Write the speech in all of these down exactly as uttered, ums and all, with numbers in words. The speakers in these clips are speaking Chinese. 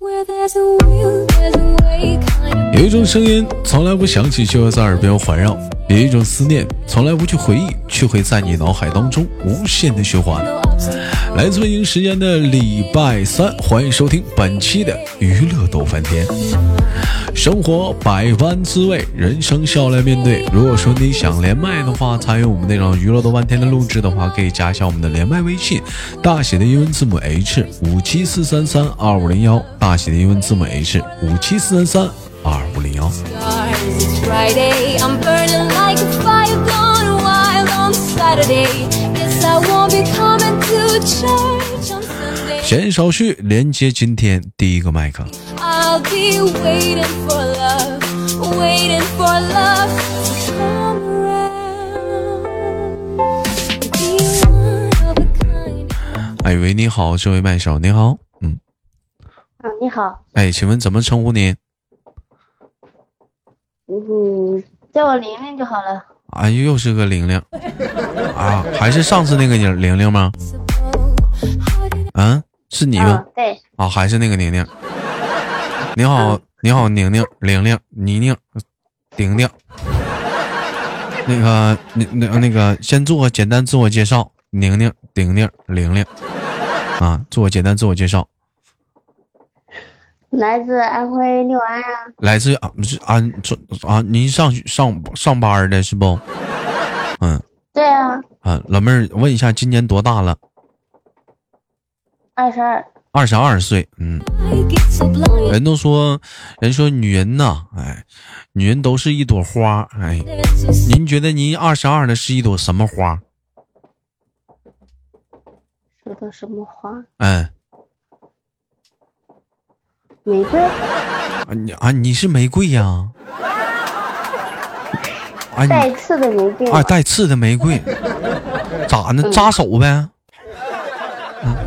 有一种声音从来不响起，却会在耳边环绕；有一种思念从来不去回忆，却会在你脑海当中无限的循环。来自北京时间的礼拜三，欢迎收听本期的娱乐逗翻天。生活百般滋味，人生笑来面对。如果说你想连麦的话，参与我们那场娱乐逗翻天的录制的话，可以加一下我们的连麦微信，大写的英文字母 H 五七四三三二五零一，大写的英文字母 H 五七四三三二五零一。闲言少叙，连接今天第一个麦克。I'll be waiting for love, waiting for love to come around. 哎喂，你好，这位麦手，你好，嗯， 啊，你好， 哎，请问怎么称呼您？ 嗯，叫我玲玲就好了。 哎，又是个玲玲啊，还是上次那个玲玲吗？嗯，是你吗？ 啊、对。 啊，还是那个宁宁。你好，你好，宁宁，玲玲，妮宁，丁丁。那个，那那那个，先做个简单自我介绍。宁宁，丁丁，玲玲。啊，做简单自我介绍。 来自安徽六安啊。 来自啊，是安啊，您上上上班的是不？嗯。 对啊。 啊，老妹儿，问一下，今年多大了？ 二十二。 二十二岁，嗯，人都说，人说女人呐，哎，女人都是一朵花，哎，您觉得您二十二的是一朵什么花？ 说的什么花？ 哎， 玫瑰。 啊，你啊，你是玫瑰呀？ 啊，带刺的玫瑰。 啊，带刺的玫瑰，咋呢？扎手呗。嗯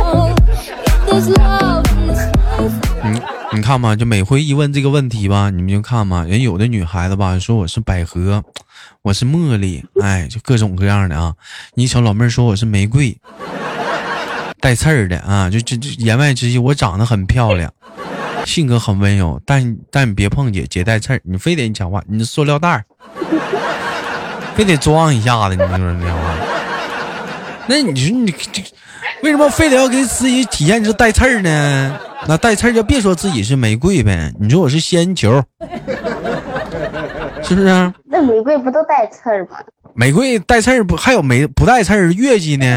你你看嘛，就每回一问这个问题吧，你们就看嘛，人有的女孩子吧说我是百合，我是茉莉，哎，就各种各样的啊。你瞅老妹儿说我是玫瑰，带刺儿的啊，就就就言外之意我长得很漂亮，性格很温柔，但但你别碰姐，姐带刺儿，你非得你讲话，你是塑料袋儿，非得装一下子，你说你讲话，那你说你这。为什么非得要给自己体现出带刺儿呢？那带刺儿就别说自己是玫瑰呗，你说我是仙球，是不是啊？ 那玫瑰不都带刺儿吗？ 玫瑰带刺儿不还有没不带刺儿月季呢？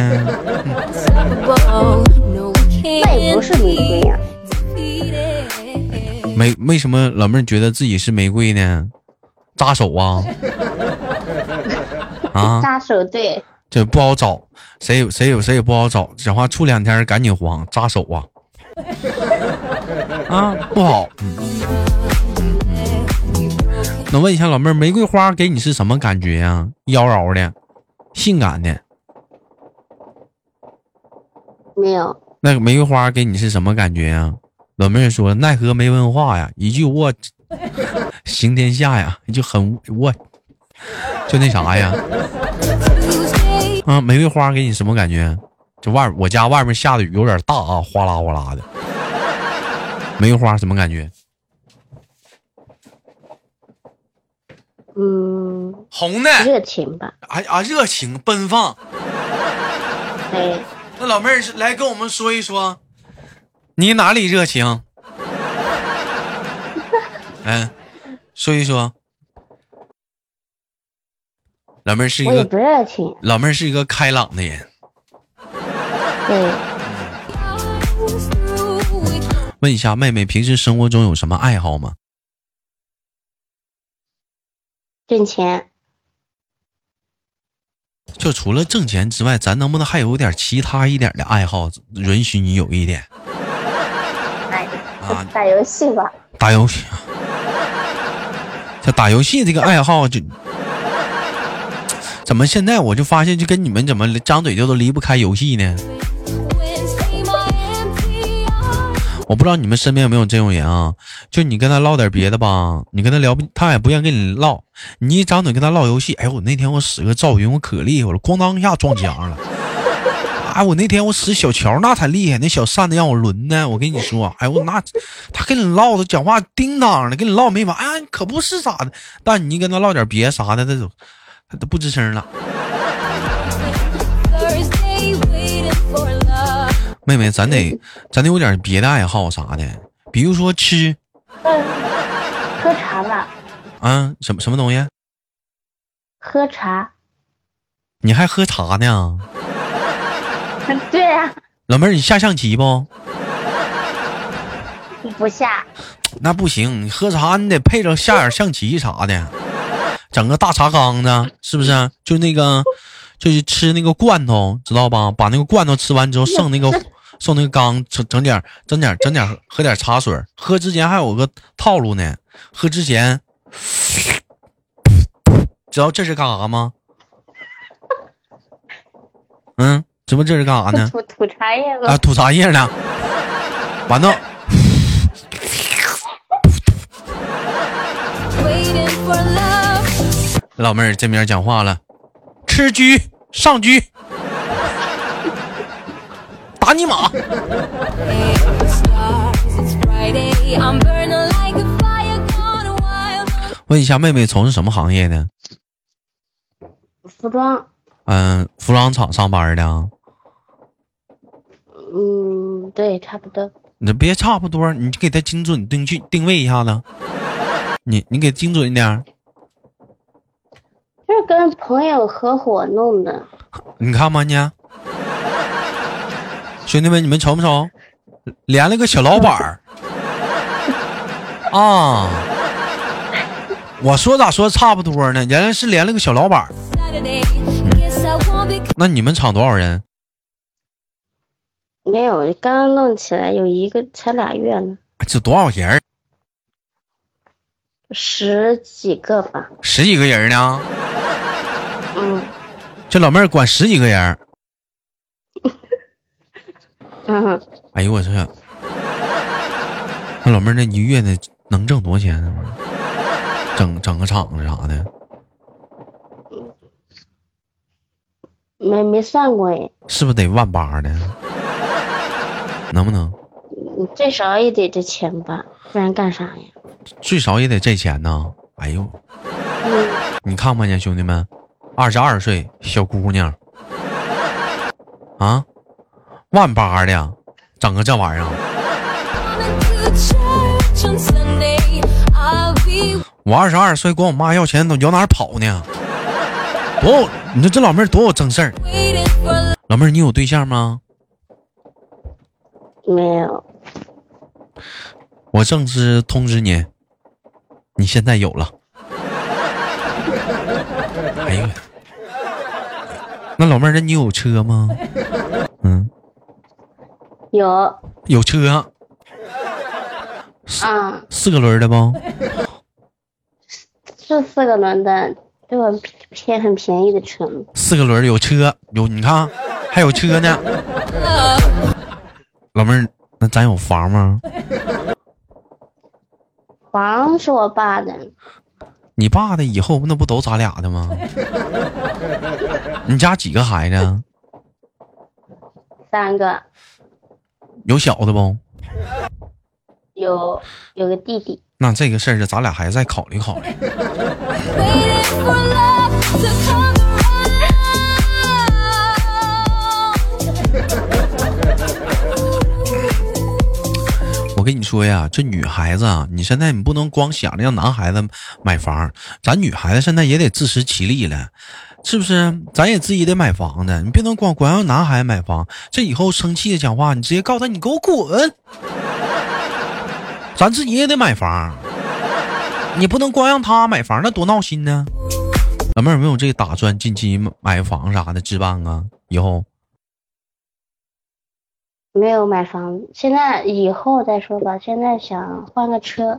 那也不是玫瑰呀、 啊。玫为什么老妹儿觉得自己是玫瑰呢？扎手啊？啊？ 扎手对。 这不好找，谁有谁有谁也不好找，讲话处两天赶紧黄扎手啊，啊不好。嗯嗯、那问一下老妹儿，玫瑰花给你是什么感觉呀、啊？妖娆的，性感的？ 没有。 那个玫瑰花给你是什么感觉呀、啊？老妹儿说奈何没文化呀，一句我行天下呀，就很我就那啥呀。啊，玫瑰花给你什么感觉？就外我家外面下的雨有点大啊，哗啦哗啦的。玫瑰花什么感觉？ 嗯， 红的， 热情吧。 啊啊，热情奔放。 对。 那老妹儿来跟我们说一说，你哪里热情？嗯，说一说。老妹儿是一个， 我也不热情。 老妹儿是一个开朗的人。 对。 问一下妹妹，平时生活中有什么爱好吗？ 挣钱。 就除了挣钱之外，咱能不能还有点其他一点的爱好，允许你有一点？ 哎，啊，打游戏吧。 打游戏。这打游戏这个爱好就。怎么现在我就发现就跟你们怎么张嘴就都离不开游戏呢？我不知道你们身边有没有这种人啊，就你跟他唠点别的吧，你跟他聊他也不愿意跟你唠，你一张嘴跟他唠游戏，哎我那天我使个赵云我可厉害了，咣当一下撞墙了哎，我那天我使小乔那才厉害，那小扇子让我轮呢。我跟你说，哎，我那他跟你唠的讲话叮当的，跟你唠没完，哎，可不是啥的。但你跟他唠点别啥的，他都他都不吱声了。妹妹，咱得咱得有点别的爱好啥的，比如说吃。 嗯，喝茶吧。 啊，什么什么东西？ 喝茶。 你还喝茶呢？ 对呀、啊。 老妹儿，你下象棋不？ 不下。 那不行，你喝茶你得配着下点象棋啥的，整个大茶缸子，是不是？就那个，就是吃那个罐头，知道吧？把那个罐头吃完之后，剩那个剩那个缸，整整点整点整点喝点茶水。喝之前还有个套路呢，喝之前，知道这是干啥吗？嗯，知不这是干啥呢？ 吐吐茶叶了啊，吐茶叶呢。完了。老妹儿这边讲话了，吃车上车，打你马。问一下妹妹从事什么行业的？ 服装。 嗯，服装厂上班的。 嗯，对，差不多。 你别差不多，你给他精准定去定位一下子。你你给精准一点。 就是跟朋友合伙弄的。 你看吧你，兄弟们，你们瞅不瞅？连了个小老板儿啊！我说咋说差不多呢？原来是连了个小老板儿。嗯，那你们厂多少人？ 没有，刚刚弄起来有一个才俩月呢。 这多少人？ 十几个吧。 十几个人呢？ 嗯。 这老妹儿管十几个人。 嗯。 哎呦我这，那老妹儿那一月呢能挣多少钱呢？整整个厂子啥的。 没没算过哎。 是不是得万八的？能不能？ 最少也得这钱吧，不然干啥呀？ 最少也得这钱呢。哎呦，嗯、你看吧，兄弟们，二十二岁小姑娘啊，万八的，整个这玩意儿。我二十二岁，管我妈要钱，都往哪儿跑呢？多有，你说这老妹儿多有正事儿。老妹儿，你有对象吗？ 没有。 我正式通知你，你现在有了。哎呦，那老妹儿，那你有车吗？嗯， 有。 有车。 啊。 四个轮的不？ 是四个轮的，这个偏很便宜的车。 四个轮有车有，你看还有车呢。老妹儿，那咱有房吗？ 房是我爸的。 你爸的以后那不都咱俩的吗？你家几个孩子？ 三个。 有小的不？ 有，有个弟弟。 那这个事儿咱俩还再考虑考虑。我跟你说呀，这女孩子啊，你现在你不能光想着让男孩子买房，咱女孩子现在也得自食其力了，是不是？咱也自己得买房的，你别能光光让男孩子买房，这以后生气的讲话，你直接告诉他你给我滚。咱自己也得买房，你不能光让他买房，那多闹心呢。老妹儿有没有这个打算，近期买房啥的置办啊？以后没有买房，现在以后再说吧。现在想换个车。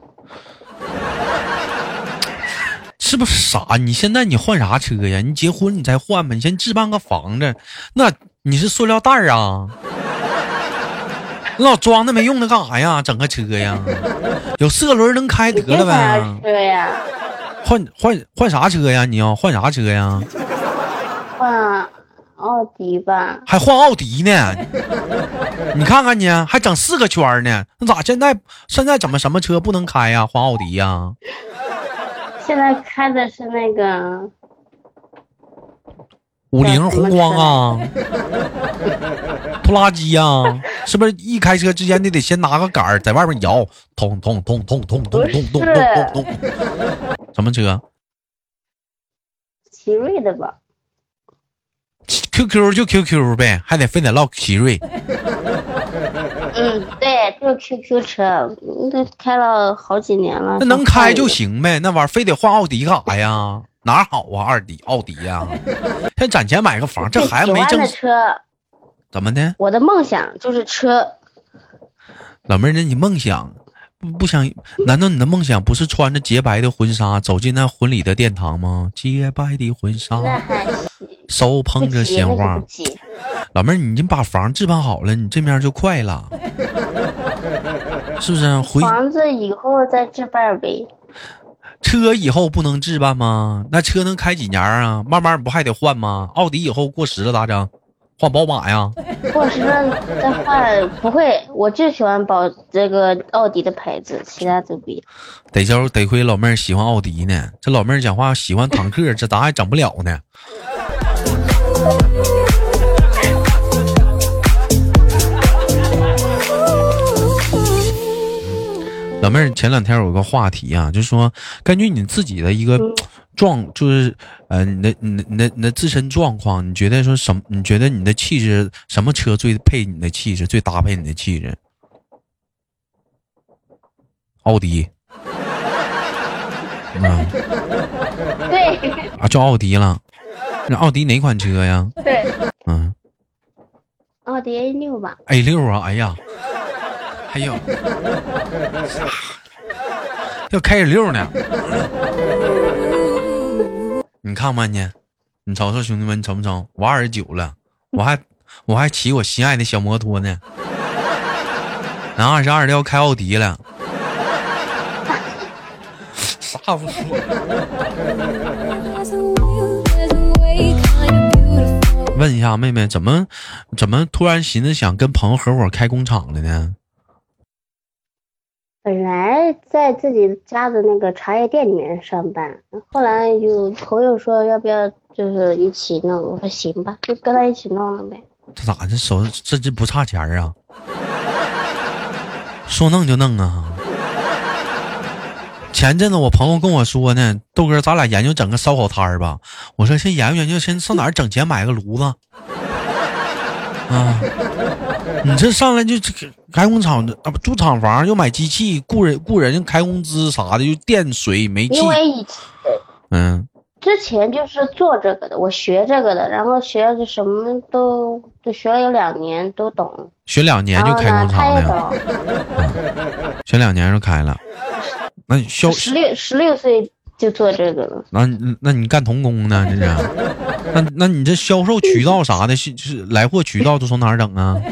是不是傻？你现在你换啥车呀？你结婚你再换吧，你先置办个房子，那你是塑料袋啊？老装那没用的干啥呀？整个车呀，有四个轮能开得了呗。 车呀？ 换换换啥车呀？你要换啥车呀？ 换奥迪吧。 还换奥迪呢？你看看你，还整四个圈呢，那咋现在现在怎么什么车不能开呀？换奥迪呀？ 现在开的是那个五菱宏光啊，拖拉机呀、啊，是不是一开车之前你得先拿个杆儿在外面摇，通通通通通通通通通通通，什么车？ 奇瑞的吧 ？Q Q 就 Q Q 呗，还得非得唠奇瑞。 嗯，对，就是 Q Q 车，那开了好几年了。 那能开就行呗，那玩意儿非得换奥迪干啥呀？哪好啊，二迪奥迪呀、啊？先攒钱买个房，这孩子没挣。 车怎么的？ 我的梦想就是车。 老妹儿，那你梦想不不想？难道你的梦想不是穿着洁白的婚纱走进那婚礼的殿堂吗？洁白的婚纱，手捧着鲜花。老妹儿，你已经把房置办好了，你这面就快了，是不是？回房子以后再置办呗。 车以后不能置办吗？那车能开几年啊？慢慢不还得换吗？奥迪以后过时了咋整？换宝马呀？ 过时了再换不会，我就喜欢宝这个奥迪的牌子，其他都不要。 得招得亏老妹儿喜欢奥迪呢，这老妹儿讲话喜欢坦克，这咱还整不了呢。老妹儿前两天有个话题啊，就是说根据你自己的一个状，就是呃你的你的你的你的自身状况，你觉得说什么？你觉得你的气质什么车最配你的气质，最搭配你的气质？奥迪。嗯， 对啊，叫奥迪了。那奥迪哪款车呀？ 对， 嗯， 奥迪 A 六 吧。 A 六啊，哎呀。还有要开 A 六呢，你看吧你，你瞅瞅兄弟们，你瞅不瞅？我二十九了，我还我还骑我心爱的小摩托呢，然后二十二的要开奥迪了，啥不说？问一下妹妹，怎么怎么突然寻思想跟朋友合伙开工厂的呢？ 本来在自己家的那个茶叶店里面上班，后来有朋友说要不要就是一起弄，我说行吧，就跟他一起弄了呗。 这咋这手这这不差钱啊？说弄就弄啊！前阵子我朋友跟我说呢，豆哥，咱俩研究整个烧烤摊儿吧。我说先研究研究，先上哪儿整钱买个炉子啊？你这上来就开工厂啊，不住厂房，又买机器，雇人雇人开工资啥的，又电水煤气。 因为以前嗯， 之前就是做这个的，我学这个的，然后学的什么都就学了有两年都懂。 学两年就开工厂了，嗯、学两年就开了。那销十六十六岁就做这个了。 那那你干童工呢？这是？那那你这销售渠道啥的，是是来货渠道都从哪儿整啊？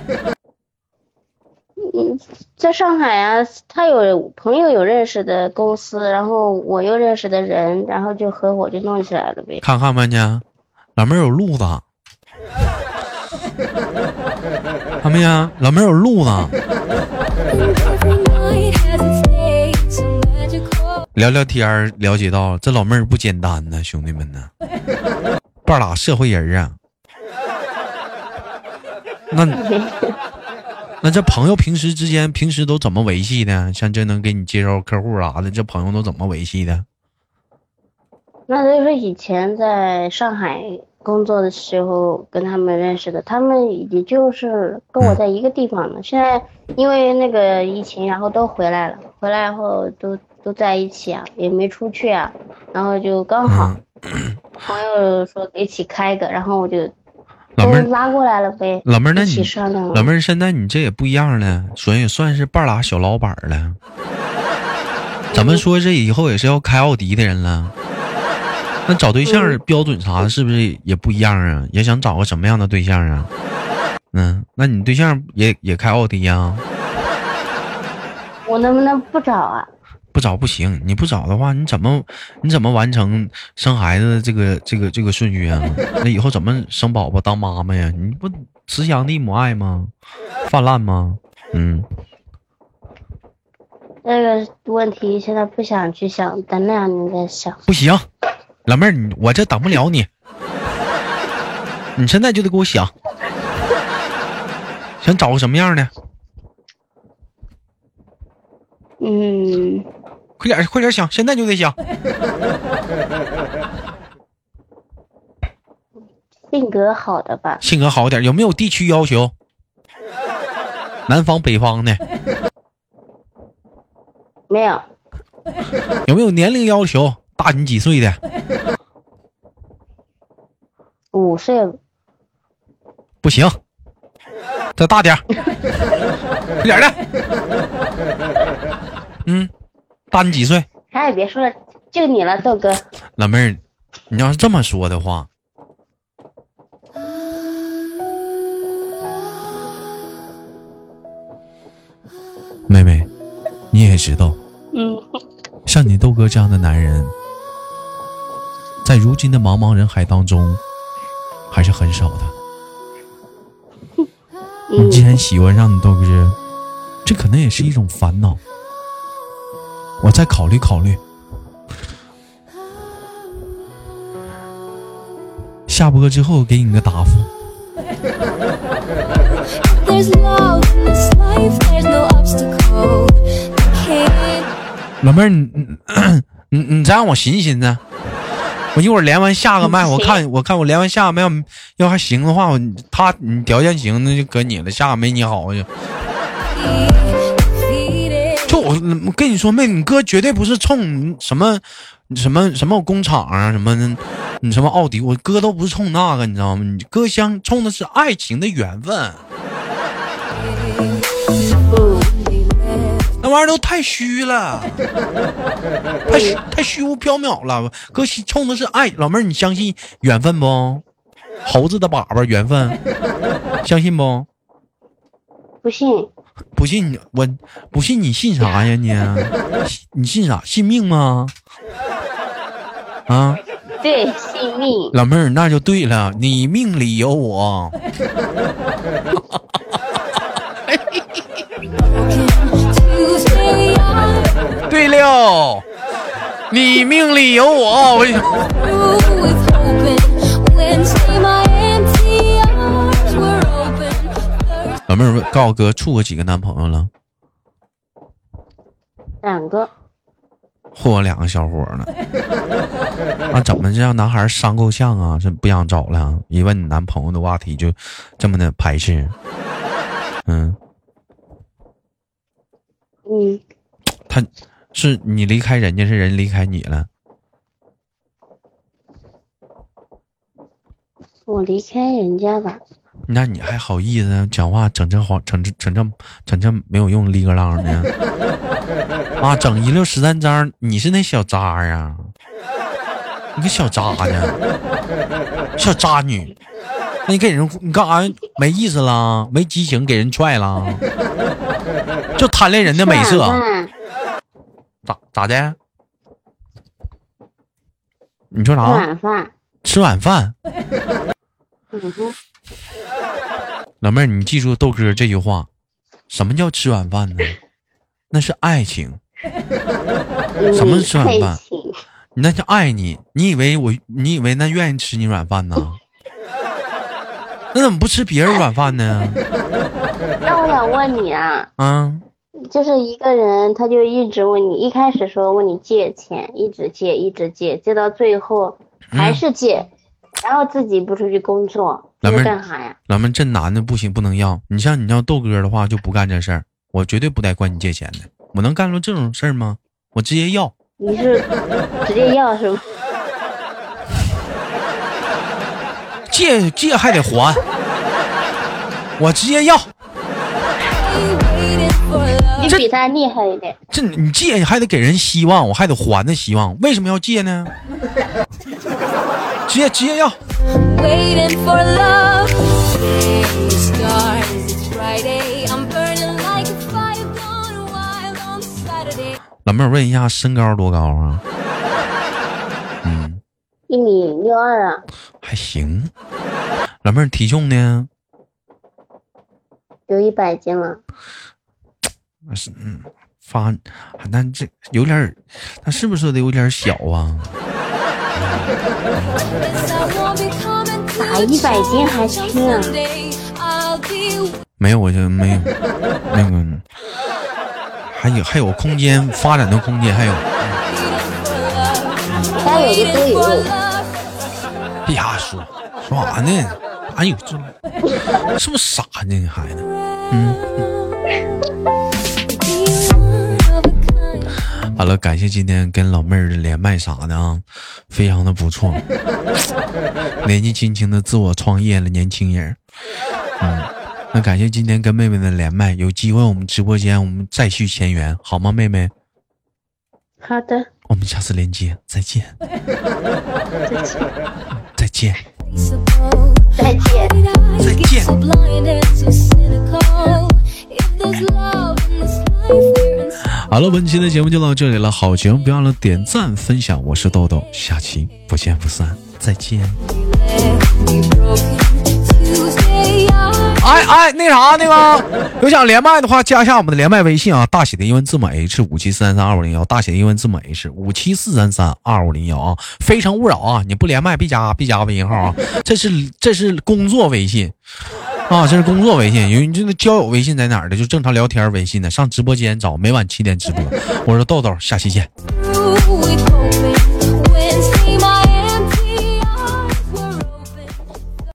嗯，在上海啊，他有朋友有认识的公司，然后我又认识的人，然后就合伙就弄起来了呗。 看看吧你，老妹儿有路子，看没呀？老妹儿有路子。聊聊天了解到这老妹儿不简单呢，兄弟们呢，半拉社会人啊。那那这朋友平时之间平时都怎么维系的？像这能给你介绍客户啥的，这朋友都怎么维系的？ 那都是以前在上海工作的时候跟他们认识的，他们也就是跟我在一个地方的。嗯、现在因为那个疫情，然后都回来了，回来后都都在一起啊，也没出去啊，然后就刚好、嗯、朋友说一起开个，然后我就都拉过来了呗。 老妹儿，那你老妹儿， 现在你这也不一样了，所以算是半拉小老板了。怎么说这以后也是要开奥迪的人了？那找对象标准啥的，是不是也不一样啊？也想找个什么样的对象啊？嗯，那你对象也也开奥迪啊？ 我能不能不找啊？ 不找不行，你不找的话，你怎么你怎么完成生孩子的这个这个这个顺序啊？那以后怎么生宝宝当妈妈呀？你不慈祥的母爱吗？泛滥吗？嗯， 这个问题现在不想去想，等两年再想。 不行，老妹儿，你我这等不了你，你现在就得给我想，想找个什么样的？ 嗯， 快点快点想，现在就得想。 性格好的吧？ 性格好点，有没有地区要求？南方北方的？ 没有。 有没有年龄要求？大你几岁的？ 五岁。 不行，再大点，快点的。嗯，大你几岁？ 哎，别说了，就你了，豆哥。 老妹儿，你要是这么说的话，妹妹，你也知道， 嗯， 像你豆哥这样的男人，在如今的茫茫人海当中，还是很少的。你既然喜欢上你豆哥，这可能也是一种烦恼。我再考虑考虑。下播之后给你个答复。老妹儿，你你你再让我寻思寻思，我一会儿连完下个麦，我看我看我连完下个麦，要要还行的话，我他你条件行，那就搁你了，下个没你好就。就我我跟你说，妹，你哥绝对不是冲什么什么什么工厂啊，什么你什么奥迪，我哥都不是冲那个，你知道吗？你哥相冲的是爱情的缘分。那玩意儿都太虚了，太虚太虚无缥缈了。哥冲的是爱，老妹儿，你相信缘分不？猴子的粑粑缘分，相信不？ 不信。 不信你，我不信你信啥呀你？你信啥？信命吗？啊？ 对，信命。 老妹儿，那就对了，你命里有我。对了，你命里有我。我老妹儿，告诉哥，处过几个男朋友了？ 两个。 嚯，两个小伙呢？啊，怎么这让男孩伤够呛啊？这不想找了？一问你男朋友的话题就这么的排斥？嗯嗯， 他是你离开人家，是人离开你了？ 我离开人家吧。 那你还好意思讲话整这黄整这整这整这没有用立个浪呢？啊，整一溜十三张，你是那小渣呀？你个小渣呢？小渣女，那你给人你干啥没意思了？没激情给人踹了？就贪恋人的美色？咋咋的？你说啥？ 吃晚饭。 吃晚饭。 嗯哼。 老妹儿，你记住豆哥这句话，什么叫吃晚饭呢？那是爱情。什么是吃晚饭？你那叫爱你。你以为我？你以为那愿意吃你软饭呢？那怎么不吃别人软饭呢？ 那我想问你啊， 嗯， 就是一个人，他就一直问你，一开始说问你借钱，一直借，一直借，借到最后还是借，嗯、然后自己不出去工作，这是干啥呀？ 老妹，这男的不行，不能要。你像你要豆哥的话，就不干这事儿，我绝对不带管你借钱的。我能干出这种事儿吗？我直接要。 你是直接要是吗？ 借借还得还，我直接要。 你比他厉害一点。 这你借还得给人希望，我还得还的希望，为什么要借呢？直接直接要。 老妹儿问一下，身高多高啊？嗯， 一米六二啊。 还行。老妹儿体重呢？ 有一百斤了。 是嗯，发，但这有点，他是不是得有点小啊？ 咋一百斤还轻啊？ 没有，我就没有那个，还有还有空间发展的空间，还有。 该有的都有。 别瞎说，说啥呢？哪有这？是不是傻呢？你孩子，嗯。好了，感谢今天跟老妹儿的连麦啥的啊，非常的不错。年纪轻轻的自我创业了，年轻人。嗯，那感谢今天跟妹妹的连麦，有机会我们直播间我们再续前缘，好吗，妹妹？ 好的， 我们下次连接，再见。再见。 再见， 再见。好了，本期的节目就到这里了，好节目别忘了点赞分享，我是豆豆，下期不见不散，再见。哎哎，那啥，那个有想连麦的话，加一下我们的连麦微信啊，大写的英文字母 H 五七四三三二五零幺，大写的英文字母 H 五七四三三二五零幺啊，非诚勿扰啊，你不连麦必加必加微信号啊，这是这是工作微信啊，这是工作微信，因为你这个交友微信在哪儿的，就正常聊天微信的，上直播间找，每晚七点直播。我说豆豆，下期见。